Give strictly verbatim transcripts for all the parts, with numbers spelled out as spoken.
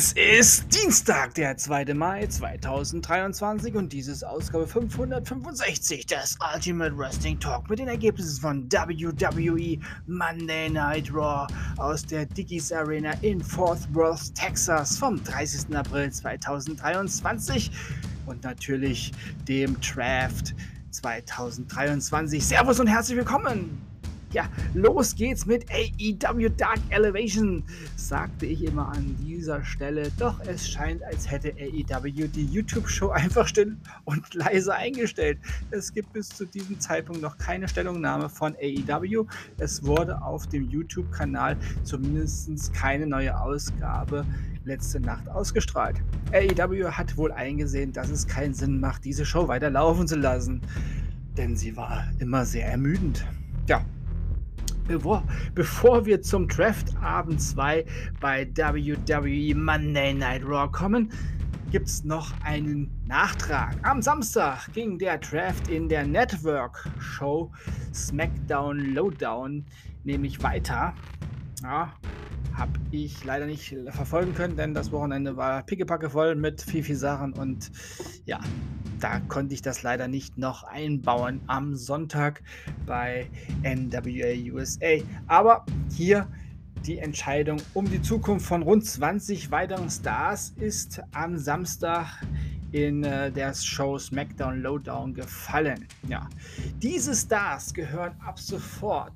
Es ist Dienstag, der zweite Mai zweitausenddreiundzwanzig und dies ist Ausgabe fünfhundertfünfundsechzig des Ultimate Wrestling Talk mit den Ergebnissen von W W E Monday Night Raw aus der Dickies Arena in Fort Worth, Texas vom dreißigsten April zweitausenddreiundzwanzig und natürlich dem Draft zweitausenddreiundzwanzig. Servus und herzlich willkommen! Ja, los geht's mit A E W Dark Elevation, sagte ich immer an dieser Stelle. Doch es scheint, als hätte A E W die YouTube-Show einfach still und leise eingestellt. Es gibt bis zu diesem Zeitpunkt noch keine Stellungnahme von A E W. Es wurde auf dem YouTube-Kanal zumindest keine neue Ausgabe letzte Nacht ausgestrahlt. A E W hat wohl eingesehen, dass es keinen Sinn macht, diese Show weiter laufen zu lassen, denn sie war immer sehr ermüdend. Ja. Bevor, bevor wir zum Draft Abend zwei bei W W E Monday Night Raw kommen, gibt es noch einen Nachtrag. Am Samstag ging der Draft in der Network-Show SmackDown Lowdown nämlich weiter. Ja, habe ich leider nicht verfolgen können, denn das Wochenende war pickepacke voll mit viel, viel Sachen und ja, da konnte ich das leider nicht noch einbauen am Sonntag bei N W A U S A. Aber hier die Entscheidung um die Zukunft von rund zwanzig weiteren Stars ist am Samstag in äh, der Show SmackDown Lowdown gefallen. Ja, diese Stars gehören ab sofort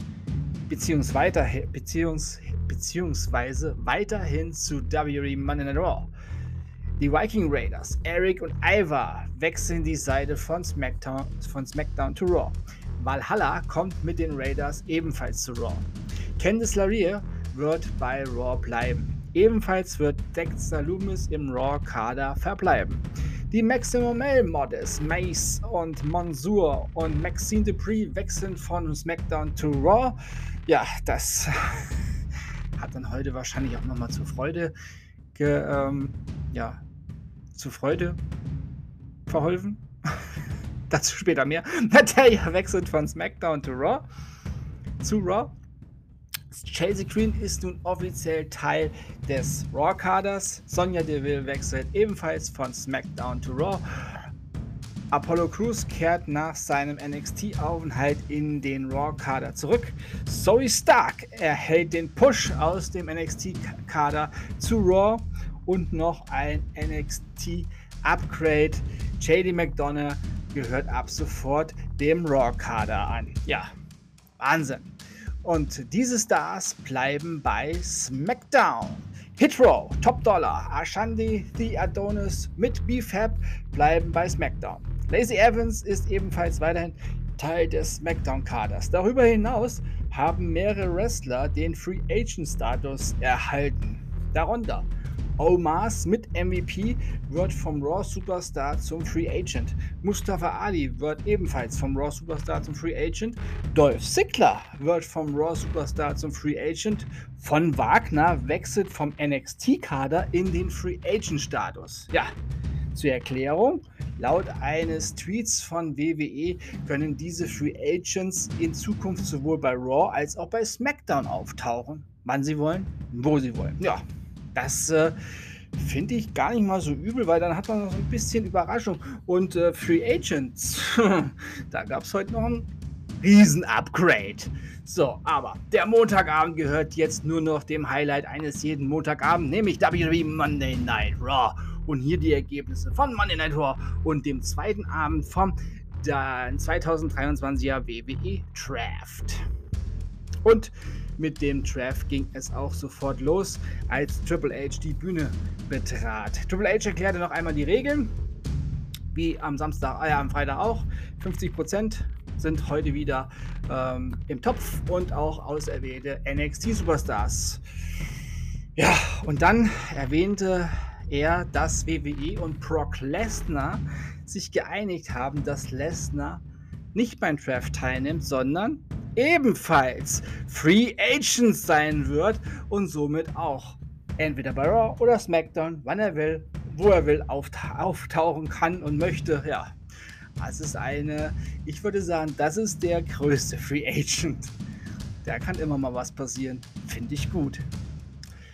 beziehungsweise, beziehungs, beziehungsweise weiterhin zu W W E Monday Night Raw. Die Viking Raiders, Eric und Ivar, wechseln die Seite von SmackDown, von SmackDown to Raw. Valhalla kommt mit den Raiders ebenfalls zu Raw. Candice LeRae wird bei Raw bleiben. Ebenfalls wird Dexter Lumis im Raw-Kader verbleiben. Die Maximum Male Models, Mace und Mansoor und Maxine Dupree wechseln von SmackDown to Raw. Ja, das hat dann heute wahrscheinlich auch nochmal zur Freude ge, ähm, ja, zu Freude verholfen. Dazu später mehr. Natalya wechselt von SmackDown to Raw zu Raw. Chelsea Green ist nun offiziell Teil des Raw-Kaders. Sonya Deville wechselt ebenfalls von SmackDown to Raw. Apollo Crews kehrt nach seinem N X T-Aufenthalt in den Raw-Kader zurück. Zoey Stark erhält den Push aus dem N X T-Kader zu Raw und noch ein N X T-Upgrade. J D McDonough gehört ab sofort dem Raw-Kader an. Ja, Wahnsinn. Und diese Stars bleiben bei SmackDown. Hit Row, Top Dollar, Ashandi, The Adonis mit B-Fab bleiben bei SmackDown. Lacey Evans ist ebenfalls weiterhin Teil des SmackDown-Kaders. Darüber hinaus haben mehrere Wrestler den Free Agent-Status erhalten. Darunter Omos mit M V P wird vom Raw Superstar zum Free Agent. Mustafa Ali wird ebenfalls vom Raw Superstar zum Free Agent. Dolph Ziggler wird vom Raw Superstar zum Free Agent. Von Wagner wechselt vom N X T-Kader in den Free Agent-Status. Ja, zur Erklärung. Laut eines Tweets von W W E können diese Free Agents in Zukunft sowohl bei Raw als auch bei SmackDown auftauchen. Wann sie wollen, wo sie wollen. Ja. Das äh, finde ich gar nicht mal so übel, weil dann hat man noch so ein bisschen Überraschung. Und äh, Free Agents, da gab es heute noch ein Riesen-Upgrade. So, aber der Montagabend gehört jetzt nur noch dem Highlight eines jeden Montagabends, nämlich W W E Monday Night Raw. Und hier die Ergebnisse von Monday Night Raw und dem zweiten Abend vom zweitausenddreiundzwanziger W W E Draft. Und mit dem Draft ging es auch sofort los, als Triple H die Bühne betrat. Triple H erklärte noch einmal die Regeln, wie am Samstag, äh, am Freitag auch. fünfzig Prozent sind heute wieder ähm, im Topf und auch auserwählte N X T-Superstars. Ja, und dann erwähnte er, dass W W E und Brock Lesnar sich geeinigt haben, dass Lesnar nicht beim Draft teilnimmt, sondern ebenfalls Free Agent sein wird und somit auch entweder bei Raw oder SmackDown, wann er will, wo er will, auftau- auftauchen kann und möchte. Ja, das ist eine, ich würde sagen, das ist der größte Free Agent. Da kann immer mal was passieren. Finde ich gut.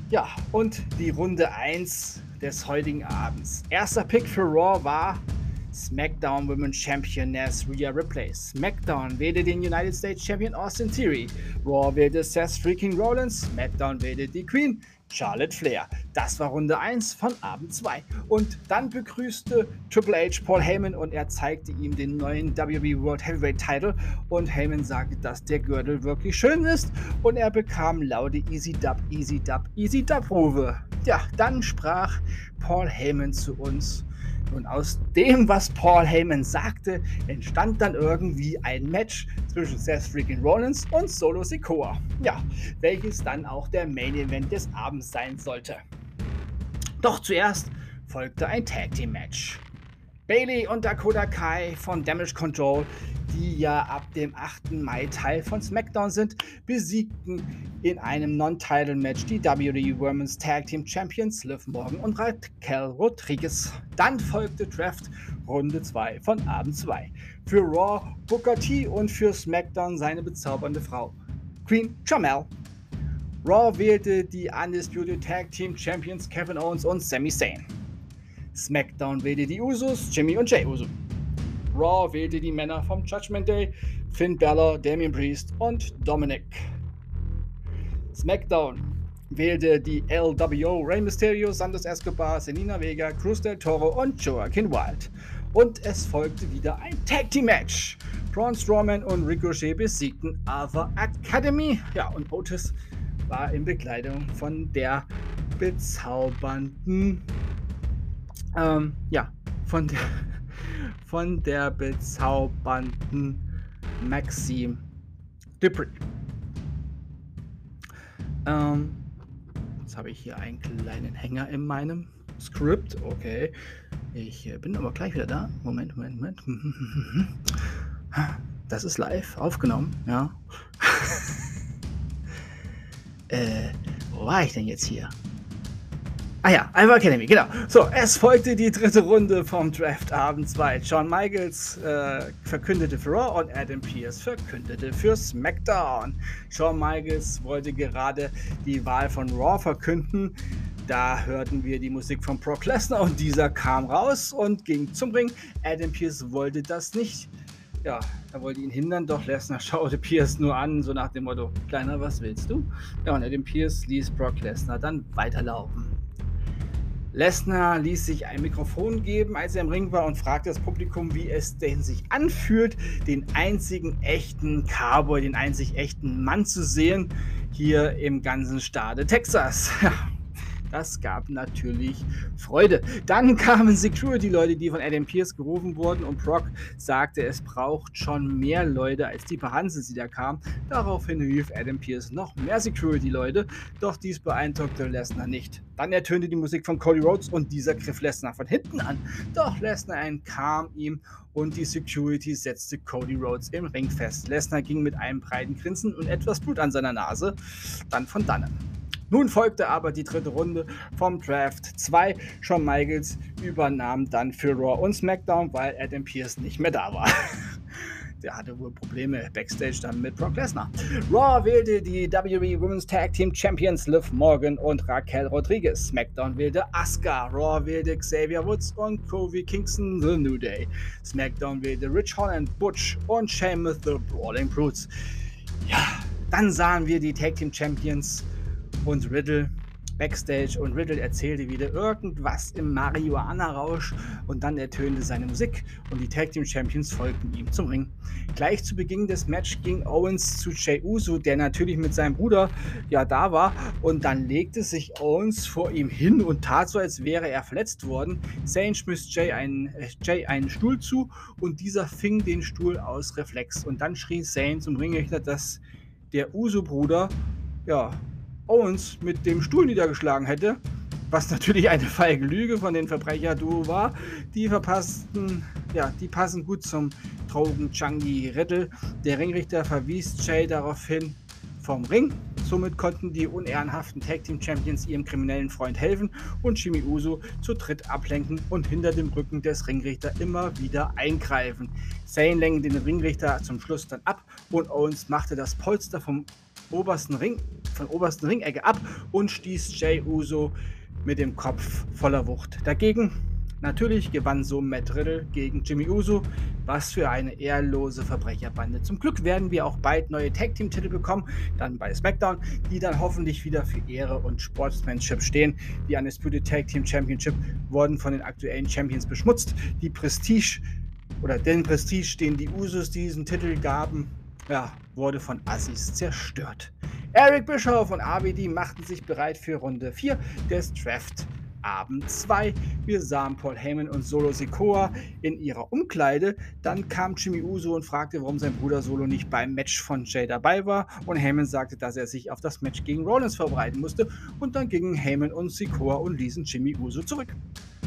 Ja, und die Runde eins des heutigen Abends. Erster Pick für Raw war SmackDown Women's Championess Rhea Ripley. SmackDown wählte den United States Champion Austin Theory. Raw wählte Seth freaking Rollins. SmackDown wählte die Queen Charlotte Flair. Das war Runde eins von Abend zwei. Und dann begrüßte Triple H Paul Heyman und er zeigte ihm den neuen W W E World Heavyweight Title und Heyman sagte, dass der Gürtel wirklich schön ist und er bekam laute Easy Dub, Easy Dub, Easy Dub Rufe. Ja, dann sprach Paul Heyman zu uns. Und aus dem, was Paul Heyman sagte, entstand dann irgendwie ein Match zwischen Seth freaking Rollins und Solo Sikoa. Ja, welches dann auch der Main Event des Abends sein sollte. Doch zuerst folgte ein Tag Team Match. Bayley und Dakota Kai von Damage Control, die ja ab dem achten Mai Teil von SmackDown sind, besiegten in einem Non-Title-Match die W W E Women's Tag Team Champions Liv Morgan und Raquel Rodriguez. Dann folgte Draft Runde zwei von Abend zwei. Für Raw Booker T und für SmackDown seine bezaubernde Frau Queen Jamel. Raw wählte die Undisputed Tag Team Champions Kevin Owens und Sami Zayn. SmackDown wählte die Usos, Jimmy und Jey Uso. Raw wählte die Männer vom Judgment Day, Finn Balor, Damian Priest und Dominic. SmackDown wählte die L W O, Rey Mysterio, Santos Escobar, Selena Vega, Cruz del Toro und Joaquin Wilde. Und es folgte wieder ein Tag Team Match. Braun Strowman und Ricochet besiegten Alpha Academy. Ja, und Otis war in Begleitung von der bezaubernden, ähm, ja, von der von der bezaubernden Maxime Dupri. Ähm, jetzt habe ich hier einen kleinen Hänger in meinem Skript. Okay, ich bin aber gleich wieder da. Moment, Moment, Moment. Das ist live aufgenommen, ja. äh, wo war ich denn jetzt hier? Ah ja, Alpha Academy, genau. So, es folgte die dritte Runde vom Draft Abend zwei. Shawn Michaels äh, verkündete für Raw und Adam Pearce verkündete für SmackDown. Shawn Michaels wollte gerade die Wahl von Raw verkünden. Da hörten wir die Musik von Brock Lesnar und dieser kam raus und ging zum Ring. Adam Pearce wollte das nicht. Ja, er wollte ihn hindern, doch Lesnar schaute Pearce nur an, so nach dem Motto, Kleiner, was willst du? Ja, und Adam Pearce ließ Brock Lesnar dann weiterlaufen. Lesnar ließ sich ein Mikrofon geben, als er im Ring war und fragte das Publikum, wie es denn sich anfühlt, den einzigen echten Cowboy, den einzig echten Mann zu sehen, hier im ganzen Staate Texas. Das gab natürlich Freude. Dann kamen Security-Leute, die von Adam Pearce gerufen wurden und Brock sagte, es braucht schon mehr Leute als die paar Hansels, die da kamen. Daraufhin rief Adam Pearce noch mehr Security-Leute, doch dies beeindruckte Lesnar nicht. Dann ertönte die Musik von Cody Rhodes und dieser griff Lesnar von hinten an. Doch Lesnar entkam ihm und die Security setzte Cody Rhodes im Ring fest. Lesnar ging mit einem breiten Grinsen und etwas Blut an seiner Nase dann von dannen. Nun folgte aber die dritte Runde vom Draft zwei. Shawn Michaels übernahm dann für Raw und SmackDown, weil Adam Pearce nicht mehr da war. Der hatte wohl Probleme Backstage dann mit Brock Lesnar. Raw wählte die W W E Women's Tag Team Champions Liv Morgan und Raquel Rodriguez. SmackDown wählte Asuka. Raw wählte Xavier Woods und Kofi Kingston The New Day. SmackDown wählte Rich Holland, Butch und Sheamus The Brawling Brutes. Ja, dann sahen wir die Tag Team Champions und Riddle Backstage und Riddle erzählte wieder irgendwas im Marihuana-Rausch und dann ertönte seine Musik und die Tag Team Champions folgten ihm zum Ring. Gleich zu Beginn des Matches ging Owens zu Jey Uso, der natürlich mit seinem Bruder ja da war, und dann legte sich Owens vor ihm hin und tat so, als wäre er verletzt worden. Zayn schmiss Jey einen, äh, Jey einen Stuhl zu und dieser fing den Stuhl aus Reflex und dann schrie Zayn zum Ringrichter, dass der Uso-Bruder ja Owens mit dem Stuhl niedergeschlagen hätte, was natürlich eine feige Lüge von den Verbrecher-Duo war. Die verpassten, ja, die passen gut zum Drogen-Junkie Riddle. Der Ringrichter verwies Jey daraufhin vom Ring. Somit konnten die unehrenhaften Tag-Team-Champions ihrem kriminellen Freund helfen und Jimmy Uso zu dritt ablenken und hinter dem Rücken des Ringrichters immer wieder eingreifen. Zayn lenkte den Ringrichter zum Schluss dann ab und Owens machte das Polster vom obersten Ring, von obersten Ringecke ab und stieß Jey Uso mit dem Kopf voller Wucht dagegen. Natürlich gewann so Matt Riddle gegen Jimmy Uso. Was für eine ehrlose Verbrecherbande. Zum Glück werden wir auch bald neue Tag-Team-Titel bekommen, dann bei SmackDown, die dann hoffentlich wieder für Ehre und Sportsmanship stehen. Die Undisputed Tag-Team Championship wurden von den aktuellen Champions beschmutzt. Die Prestige oder den Prestige, den die Usos diesen Titel gaben, ja, wurde von Assis zerstört. Eric Bischoff und R V D machten sich bereit für Runde vier des Draft Abend zwei. Wir sahen Paul Heyman und Solo Sikoa in ihrer Umkleide. Dann kam Jimmy Uso und fragte, warum sein Bruder Solo nicht beim Match von Jay dabei war. Und Heyman sagte, dass er sich auf das Match gegen Rollins vorbereiten musste. Und dann gingen Heyman und Sikoa und ließen Jimmy Uso zurück.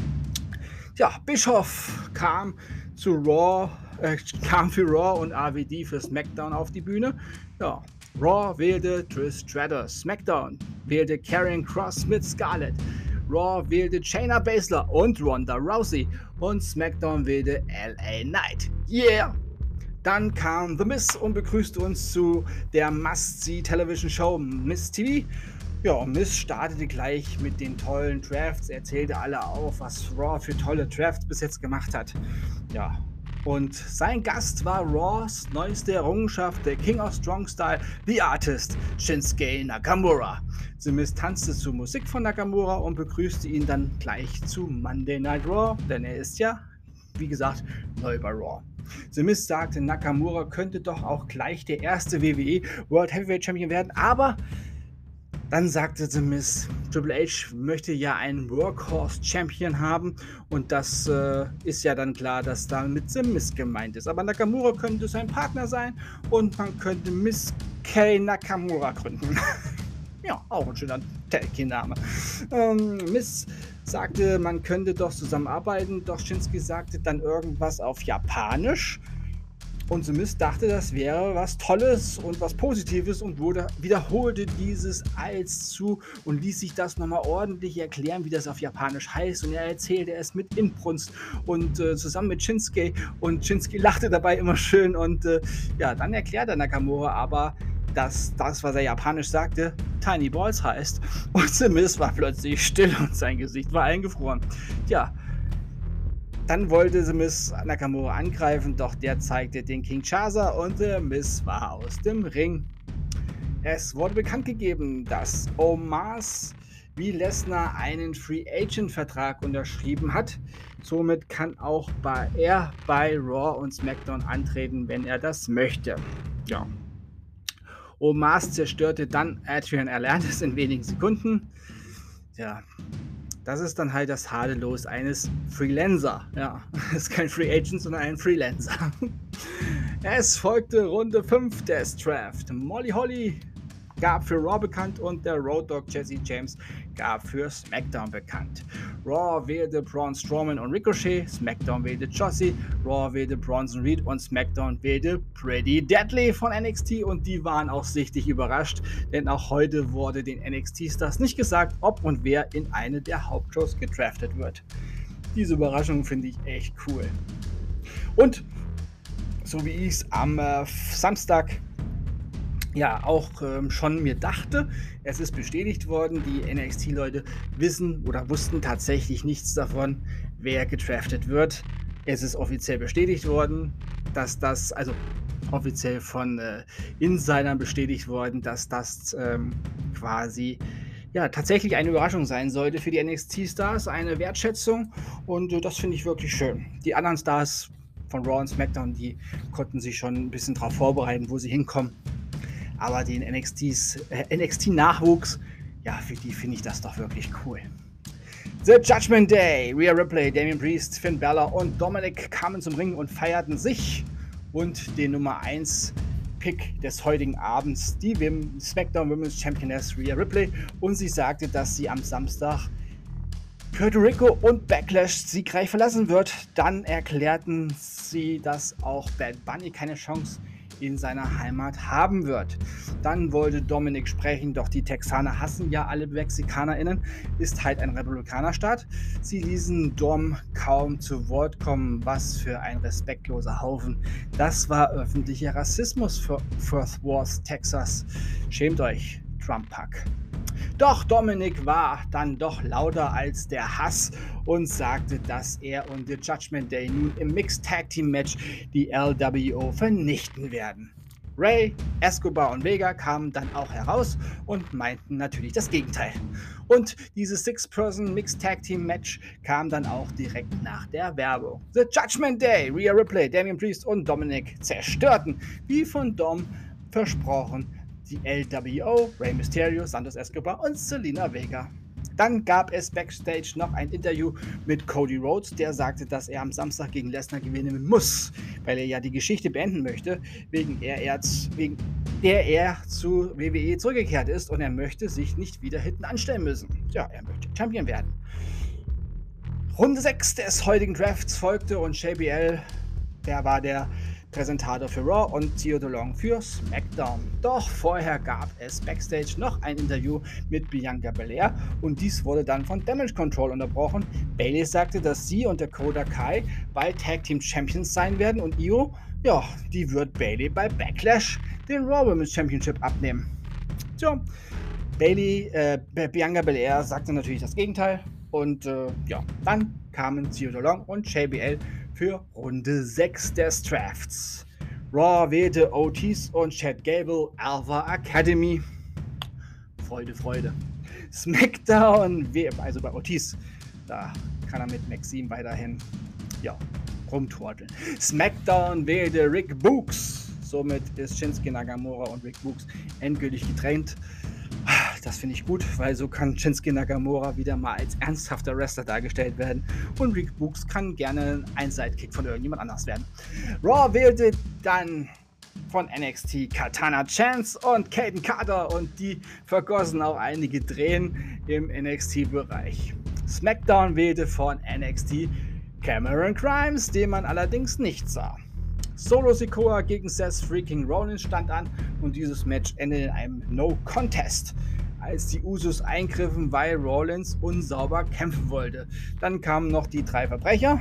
Ja, Bischoff kam zu Raw, äh, kam für Raw und R V D für SmackDown auf die Bühne. Ja, Raw wählte Trish Stratus, SmackDown wählte Karrion Kross mit Scarlett. Raw wählte Shayna Baszler und Ronda Rousey und SmackDown wählte L A Knight. Yeah! Dann kam The Miz und begrüßte uns zu der Must-See-Television-Show Miz T V. Ja, und Miz startete gleich mit den tollen Drafts, er zählte alle auf, was Raw für tolle Drafts bis jetzt gemacht hat. Ja, und sein Gast war Raws neueste Errungenschaft, der King of Strong Style, The Artist, Shinsuke Nakamura. The Miz tanzte zur Musik von Nakamura und begrüßte ihn dann gleich zu Monday Night Raw, denn er ist ja, wie gesagt, neu bei Raw. The Miz sagte, Nakamura könnte doch auch gleich der erste W W E World Heavyweight Champion werden, aber dann sagte The Miz, Triple H möchte ja einen Workhorse Champion haben und das äh, ist ja dann klar, dass da mit The Miz gemeint ist. Aber Nakamura könnte sein Partner sein und man könnte Miz K Nakamura gründen. Ja, auch ein schöner Tag-Name. Ähm, Miz sagte, man könnte doch zusammenarbeiten, doch Shinsuke sagte dann irgendwas auf Japanisch. Und The Miz dachte, das wäre was Tolles und was Positives und wurde, wiederholte dieses als zu und ließ sich das nochmal ordentlich erklären, wie das auf Japanisch heißt. Und er erzählte es mit Inbrunst und äh, zusammen mit Shinsuke. Und Shinsuke lachte dabei immer schön. Und äh, ja, dann erklärte Nakamura aber, dass das, was er japanisch sagte, Tiny Balls heißt. Und The Miz war plötzlich still und sein Gesicht war eingefroren. Tja. Dann wollte The Miz Nakamura angreifen, doch der zeigte den Kinshasa und The Miz war aus dem Ring. Es wurde bekannt gegeben, dass Omos wie Lesnar einen Free Agent Vertrag unterschrieben hat. Somit kann auch bei, er bei Raw und SmackDown antreten, wenn er das möchte. Ja. Omos zerstörte dann Adrian Atlantis in wenigen Sekunden. Ja. Das ist dann halt das harte Los eines Freelancer. Ja, das ist kein Free Agent, sondern ein Freelancer. Es folgte Runde fünf des Draft. Molly Holly gab für Raw bekannt und der Road Dogg Jesse James gab für SmackDown bekannt. Raw wählte Braun Strowman und Ricochet, SmackDown wählte Josie, Raw wählte Bronson Reed und SmackDown wählte Pretty Deadly von N X T und die waren auch sichtlich überrascht, denn auch heute wurde den N X T-Stars nicht gesagt, ob und wer in eine der Hauptshows gedraftet wird. Diese Überraschung finde ich echt cool. Und so wie ich es am äh, Samstag ja auch ähm, schon mir dachte, es ist bestätigt worden, die N X T-Leute wissen oder wussten tatsächlich nichts davon, wer gedraftet wird. Es ist offiziell bestätigt worden, dass das, also offiziell von äh, Insidern bestätigt worden, dass das ähm, quasi ja tatsächlich eine Überraschung sein sollte für die N X T-Stars, eine Wertschätzung und äh, das finde ich wirklich schön. Die anderen Stars von Raw und SmackDown, die konnten sich schon ein bisschen darauf vorbereiten, wo sie hinkommen. Aber den N X Ts, äh, N X T-Nachwuchs, ja, für die finde ich das doch wirklich cool. The Judgment Day, Rhea Ripley, Damian Priest, Finn Balor und Dominic kamen zum Ring und feierten sich und den Nummer eins Pick des heutigen Abends, die Wim SmackDown Women's Championess Rhea Ripley. Und sie sagte, dass sie am Samstag Puerto Rico und Backlash siegreich verlassen wird. Dann erklärten sie, dass auch Bad Bunny keine Chance in seiner Heimat haben wird. Dann wollte Dominic sprechen, doch die Texaner hassen ja alle MexikanerInnen, ist halt ein Republikanerstaat. Sie ließen Dom kaum zu Wort kommen, was für ein respektloser Haufen. Das war öffentlicher Rassismus für Fort Worth, Texas. Schämt euch, Trump-Pack. Doch Dominic war dann doch lauter als der Hass und sagte, dass er und The Judgment Day nun im Mixed Tag Team Match die L W O vernichten werden. Ray, Escobar und Vega kamen dann auch heraus und meinten natürlich das Gegenteil. Und dieses Six-Person Mixed Tag Team Match kam dann auch direkt nach der Werbung. The Judgment Day, Rhea Ripley, Damian Priest und Dominic zerstörten, wie von Dom versprochen, die L W O, Rey Mysterio, Santos Escobar und Zelina Vega. Dann gab es backstage noch ein Interview mit Cody Rhodes, der sagte, dass er am Samstag gegen Lesnar gewinnen muss, weil er ja die Geschichte beenden möchte, wegen, er, er, wegen der er zu W W E zurückgekehrt ist und er möchte sich nicht wieder hinten anstellen müssen. Ja, er möchte Champion werden. Runde sechs des heutigen Drafts folgte und J B L, der war der Präsentator für Raw und Theo Long für SmackDown. Doch vorher gab es backstage noch ein Interview mit Bianca Belair und dies wurde dann von Damage Control unterbrochen. Bayley sagte, dass sie und Dakota Kai bald Tag Team Champions sein werden und Io, ja, die wird Bayley bei Backlash den Raw Women's Championship abnehmen. Tja, Bayley, äh, Bianca Belair sagte natürlich das Gegenteil und äh, ja, dann kamen Theo Long und J B L für Runde sechs des Drafts. Raw wählte Otis und Chad Gable, Alpha Academy. Freude, Freude. SmackDown, also bei Otis, da kann er mit Maxim weiterhin, ja, rumtorteln. SmackDown wählte Rick Books. Somit ist Shinsuke Nakamura und Rick Books endgültig getrennt. Das finde ich gut, weil so kann Shinsuke Nakamura wieder mal als ernsthafter Wrestler dargestellt werden und Rick Books kann gerne ein Sidekick von irgendjemand anders werden. Raw wählte dann von N X T Katana Chance und Kaden Carter und die vergossen auch einige Tränen im N X T-Bereich. SmackDown wählte von N X T Cameron Grimes, den man allerdings nicht sah. Solo Sikoa gegen Seth freaking Rollins stand an und dieses Match endete in einem No-Contest, als die Usos eingriffen, weil Rollins unsauber kämpfen wollte. Dann kamen noch die drei Verbrecher,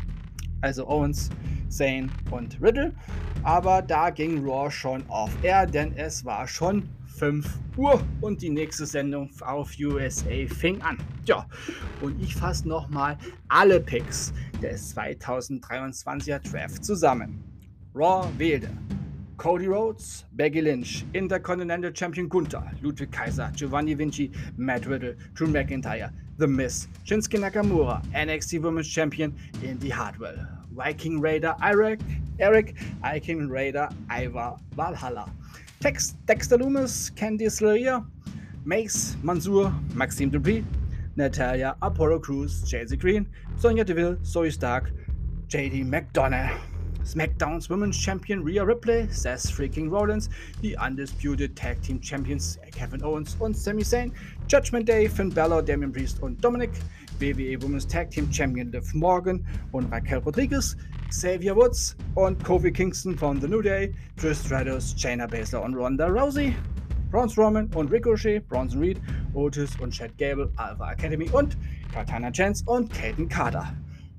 also Owens, Zayn und Riddle, aber da ging Raw schon off-air, denn es war schon fünf Uhr und die nächste Sendung auf U S A fing an. Ja, und ich fasse nochmal alle Picks des zweitausenddreiundzwanziger Draft zusammen. Raw wählte Cody Rhodes, Becky Lynch, Intercontinental Champion Gunther, Ludwig Kaiser, Giovanni Vinci, Matt Riddle, Drew McIntyre, The Miz, Shinsuke Nakamura, N X T Women's Champion Indy Hartwell, Viking Raider Eric, Eric, Viking Raider Ivar Valhalla, Tex, Dexter Lumis, Candice LeRae, Mace, Mansoor, Maxime Dupri, Natalia, Apollo Crews, Chelsea Green, Sonya Deville, Zoe Stark, J D McDonough. SmackDown's Women's Champion Rhea Ripley, Seth freaking Rollins, die Undisputed Tag Team Champions Kevin Owens und Sami Zayn, Judgment Day, Finn Balor, Damian Priest und Dominic, W W E Women's Tag Team Champion Liv Morgan und Raquel Rodriguez, Xavier Woods und Kofi Kingston von The New Day, Trish Stratus, Shayna Baszler und Ronda Rousey, Braun Strowman und Ricochet, Bronson Reed, Otis und Chad Gable, Alpha Academy und Katana Chance und Kaden Carter.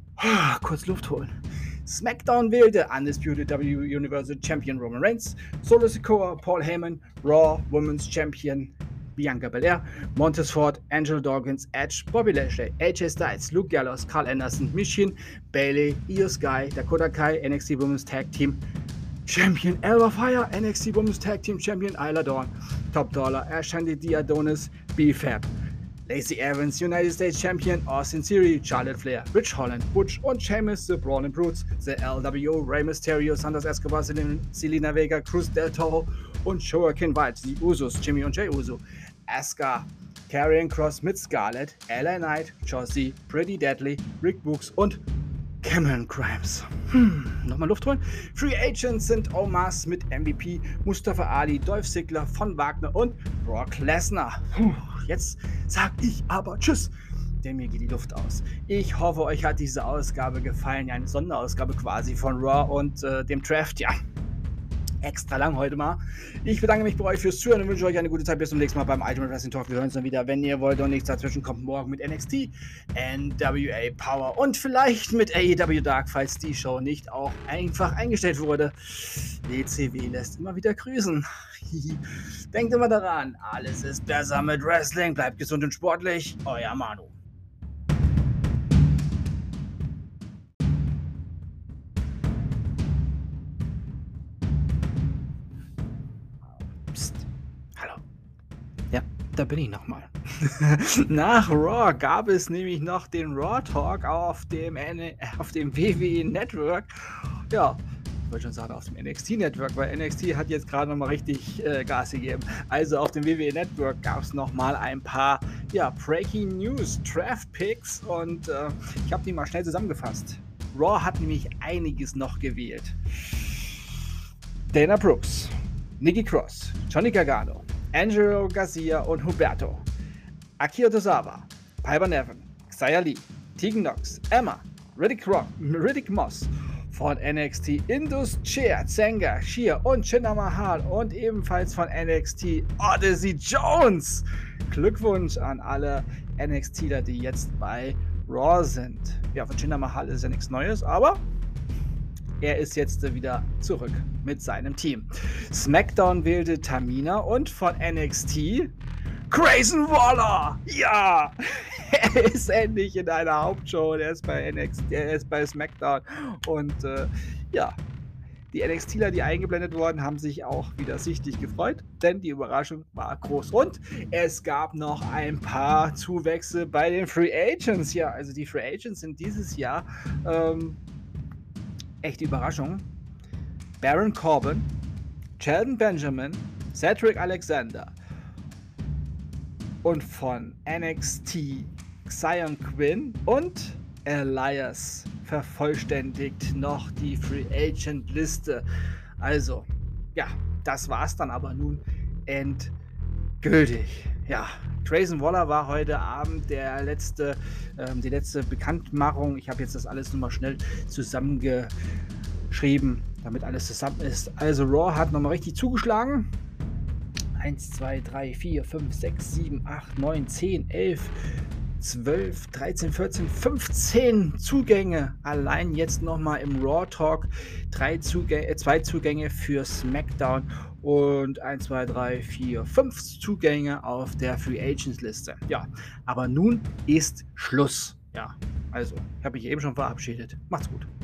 Kurz Luft holen. SmackDown wählte Undisputed W W E Universal Champion Roman Reigns, Solo Sikoa, Paul Heyman, Raw Women's Champion Bianca Belair, Montez Ford, Angelo Dawkins, Edge, Bobby Lashley, A J Styles, Luke Gallows, Carl Anderson, Michin, Bayley, Io Sky, Dakota Kai, N X T Women's Tag Team Champion Alba Fire, N X T Women's Tag Team Champion Isla Dawn, Top Dollar, Ashanti Diadonis, B-Fab, Lacey Evans, United States Champion Austin Theory, Charlotte Flair, Rich Holland, Butch und Sheamus, The Brawl and Brutes, The L W O, Rey Mysterio, Santos Escobar, Zelina Vega, Cruz del Toro und Joaquin White, die Usos, Jimmy und Jey Uso, Asuka, Karrion Kross mit Scarlett, L A Knight, Chelsea, Pretty Deadly, Rick Books und Cameron Grimes. Hm, nochmal Luft holen. Free Agents sind Omos mit M V P, Mustafa Ali, Dolph Ziggler, Von Wagner und Brock Lesnar. Puh, jetzt sag ich aber Tschüss, denn mir geht die Luft aus. Ich hoffe, euch hat diese Ausgabe gefallen, ja, eine Sonderausgabe quasi von Raw und äh, dem Draft, ja. extra lang heute mal. Ich bedanke mich bei euch fürs Zuhören und wünsche euch eine gute Zeit. Bis zum nächsten Mal beim Ultimate Wrestling Talk. Wir hören uns dann wieder, wenn ihr wollt und nichts dazwischen kommt. Morgen mit N X T, N W A Power und vielleicht mit A E W Dark, falls die Show nicht auch einfach eingestellt wurde. W C W lässt immer wieder grüßen. Denkt immer daran, alles ist besser mit Wrestling. Bleibt gesund und sportlich. Euer Manu. Psst. Hallo. Ja, da bin ich nochmal. Nach Raw gab es nämlich noch den Raw Talk auf dem, N auf dem W W E Network. Ja, ich wollte schon sagen auf dem N X T Network, weil N X T hat jetzt gerade nochmal richtig äh, Gas gegeben. Also auf dem W W E Network gab es nochmal ein paar ja, Breaking News, Draft Picks und äh, ich habe die mal schnell zusammengefasst. Raw hat nämlich einiges noch gewählt. Dana Brooks, Nikki Cross, Johnny Gargano, Angelo Garcia und Huberto, Akira Tozawa, Piper Niven, Xia Li, Tegan Nox, Emma, Riddick Rock, Riddick Moss von N X T, Indus Scher, Zenga, Shia und Jinder Mahal und ebenfalls von N X T Odyssey Jones. Glückwunsch an alle NXTler, die jetzt bei Raw sind. Ja, von Jinder Mahal ist ja nichts Neues, aber er ist jetzt wieder zurück mit seinem Team. SmackDown wählte Tamina und von N X T Grayson Waller. Ja, er ist endlich in einer Hauptshow. Er ist bei N X T, er ist bei SmackDown und äh, ja, die NXTler, die eingeblendet wurden, haben sich auch wieder sichtlich gefreut, denn die Überraschung war groß. Und es gab noch ein paar Zuwächse bei den Free Agents. Ja, also die Free Agents sind dieses Jahr ähm, echte Überraschung. Baron Corbin, Shelton Benjamin, Cedric Alexander und von N X T Xion Quinn und Elias vervollständigt noch die Free Agent Liste. Also, ja, das war's dann aber nun endgültig. Ja, Grayson Waller war heute Abend der letzte, ähm, die letzte Bekanntmachung. Ich habe jetzt das alles nur mal schnell zusammengeschrieben, damit alles zusammen ist. Also Raw hat nochmal richtig zugeschlagen. eins, zwei, drei, vier, fünf, sechs, sieben, acht, neun, zehn, elf, zwölf, dreizehn, vierzehn, fünfzehn Zugänge. Allein jetzt nochmal im Raw Talk. Drei Zugänge, äh, zwei Zugänge für SmackDown und eins, zwei, drei, vier, fünf Zugänge auf der Free Agents Liste. Ja, aber nun ist Schluss. Ja, also, ich habe mich eben schon verabschiedet. Macht's gut.